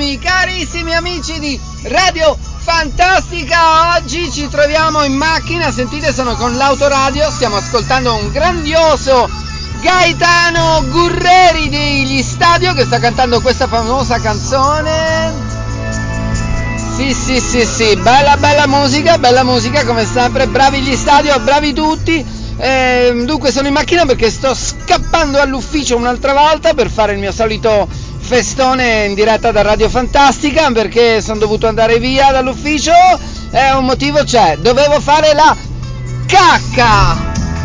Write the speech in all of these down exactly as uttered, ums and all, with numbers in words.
Carissimi, carissimi amici di Radio Fantastica, oggi ci troviamo in macchina, sentite, sono con l'autoradio, stiamo ascoltando un grandioso Gaetano Gurreri degli Stadio che sta cantando questa famosa canzone. Sì, sì, sì, sì, bella, bella musica, bella musica come sempre, bravi gli Stadio, bravi tutti. Eh, dunque sono in macchina perché sto scappando all'ufficio un'altra volta per fare il mio solito festone in diretta da Radio Fantastica, perché sono dovuto andare via dall'ufficio e eh, un motivo c'è, dovevo fare la cacca.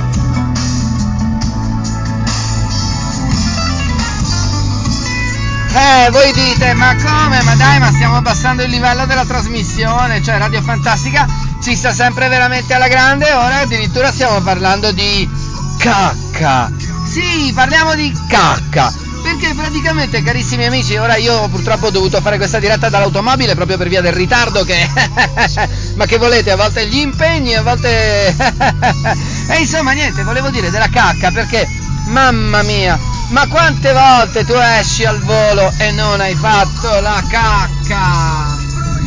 Eh, voi dite, ma come? Ma dai, ma stiamo abbassando il livello della trasmissione, cioè Radio Fantastica ci sta sempre veramente alla grande, ora addirittura stiamo parlando di cacca. Sì, parliamo di cacca, perché praticamente, carissimi amici, ora io purtroppo ho dovuto fare questa diretta dall'automobile proprio per via del ritardo che... ma che volete, a volte gli impegni, a volte... e insomma niente, volevo dire della cacca, perché, mamma mia, ma quante volte tu esci al volo e non hai fatto la cacca?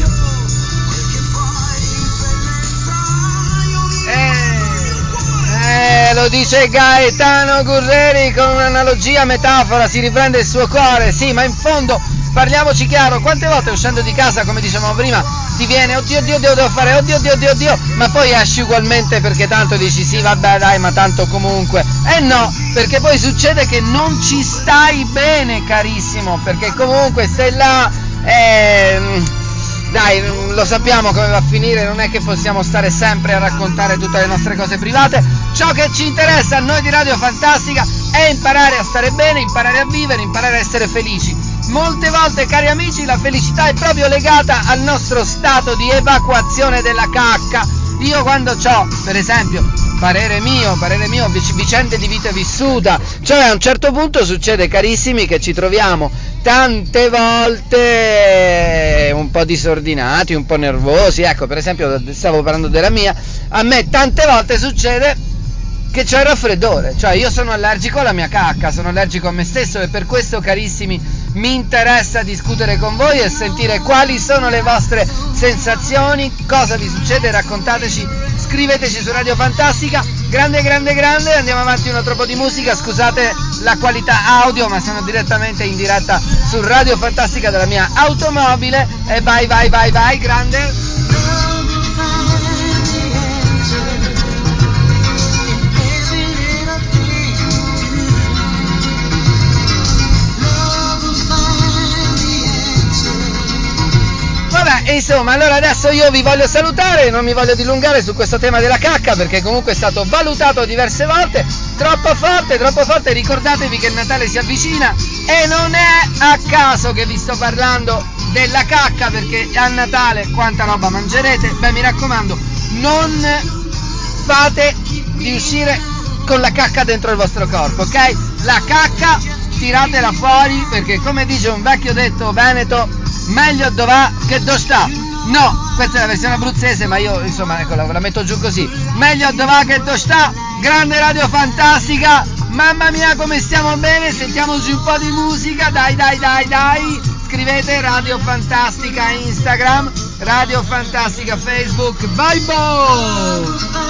Eh, eh, lo dice Gaetano Gurreri con un'analogia metafora, si riprende il suo cuore, sì, ma in fondo, parliamoci chiaro, quante volte uscendo di casa, come dicevamo prima, ti viene, oddio, oddio, oddio, devo fare, oddio, oddio, oddio, oddio, ma poi esci ugualmente perché tanto dici, sì, vabbè, dai, ma tanto comunque. Eh no, perché poi succede che non ci stai bene, carissimo, perché comunque stai là, eh, dai, lo sappiamo come va a finire, non è che possiamo stare sempre a raccontare tutte le nostre cose private. Ciò che ci interessa a noi di Radio Fantastica è imparare a stare bene, imparare a vivere, imparare a essere felici. Molte volte, cari amici, la felicità è proprio legata al nostro stato di evacuazione della cacca. Io quando c'ho, per esempio, parere mio, parere mio, vicende di vita vissuta, cioè a un certo punto succede, carissimi, che ci troviamo tante volte un po' disordinati, un po' nervosi, ecco, per esempio, stavo parlando della mia, a me tante volte succede che c'è il raffreddore, cioè io sono allergico alla mia cacca, sono allergico a me stesso e per questo, carissimi, mi interessa discutere con voi e sentire quali sono le vostre sensazioni, cosa vi succede, raccontateci, scriveteci su Radio Fantastica, grande grande grande, andiamo avanti un altro po' di musica, scusate la qualità audio ma sono direttamente in diretta su Radio Fantastica della mia automobile e vai vai vai vai, grande. Vabbè, insomma, allora adesso io vi voglio salutare, non mi voglio dilungare su questo tema della cacca perché comunque è stato valutato diverse volte, troppo forte, troppo forte, ricordatevi che il Natale si avvicina e non è a caso che vi sto parlando della cacca perché a Natale quanta roba mangerete, beh mi raccomando, non fate di uscire con la cacca dentro il vostro corpo, ok? La cacca tiratela fuori perché come dice un vecchio detto veneto, meglio dov'è che dove sta. No, questa è la versione abruzzese, ma io insomma ecco la, la metto giù così. Meglio dov'è che dove sta. Grande Radio Fantastica. Mamma mia come stiamo bene, sentiamoci un po' di musica. Dai dai dai dai. Scrivete Radio Fantastica Instagram, Radio Fantastica Facebook. Bye bye.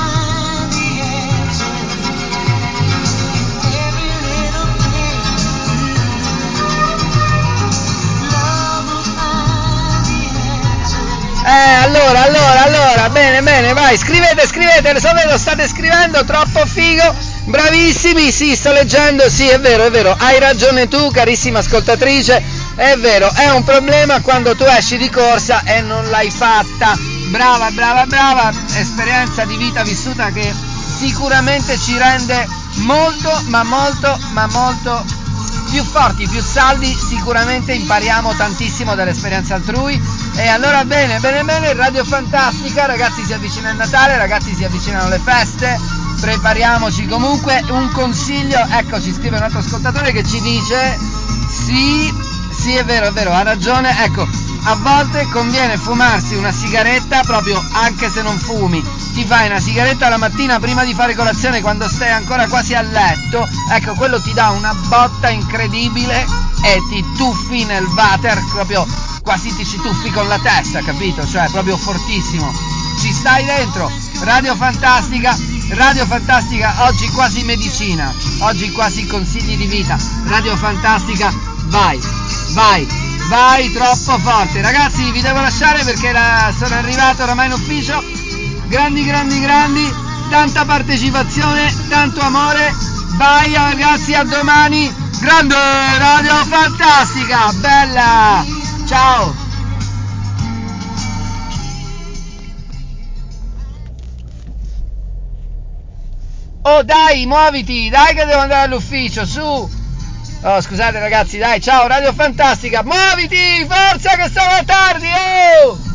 Eh, allora, allora, allora, bene, bene, vai, scrivete, scrivete, lo so, lo state scrivendo, troppo figo, bravissimi, sì, sto leggendo, sì, è vero, è vero, hai ragione tu, carissima ascoltatrice, è vero, è un problema quando tu esci di corsa e non l'hai fatta, brava, brava, brava, esperienza di vita vissuta che sicuramente ci rende molto, ma molto, ma molto più forti, più saldi, sicuramente impariamo tantissimo dall'esperienza altrui. E allora bene, bene, bene, Radio Fantastica, ragazzi si avvicina il Natale, ragazzi si avvicinano le feste, prepariamoci comunque, un consiglio, ecco ci scrive un altro ascoltatore che ci dice, sì, sì è vero, è vero, ha ragione, ecco, a volte conviene fumarsi una sigaretta proprio anche se non fumi, ti fai una sigaretta la mattina prima di fare colazione quando stai ancora quasi a letto, ecco quello ti dà una botta incredibile e ti tuffi nel water proprio quasi ti ci tuffi con la testa, capito? Cioè proprio fortissimo, ci stai dentro. Radio Fantastica, Radio Fantastica, oggi quasi medicina, oggi quasi consigli di vita. Radio Fantastica, vai, vai, vai, troppo forte. Ragazzi, vi devo lasciare perché la, sono arrivato oramai in ufficio. Grandi, grandi, grandi, tanta partecipazione, tanto amore. Vai ragazzi, a domani. Grande Radio Fantastica, bella, ciao. Oh dai, muoviti, dai che devo andare all'ufficio, su. Oh scusate ragazzi, dai, ciao Radio Fantastica, muoviti, forza che sono tardi, oh.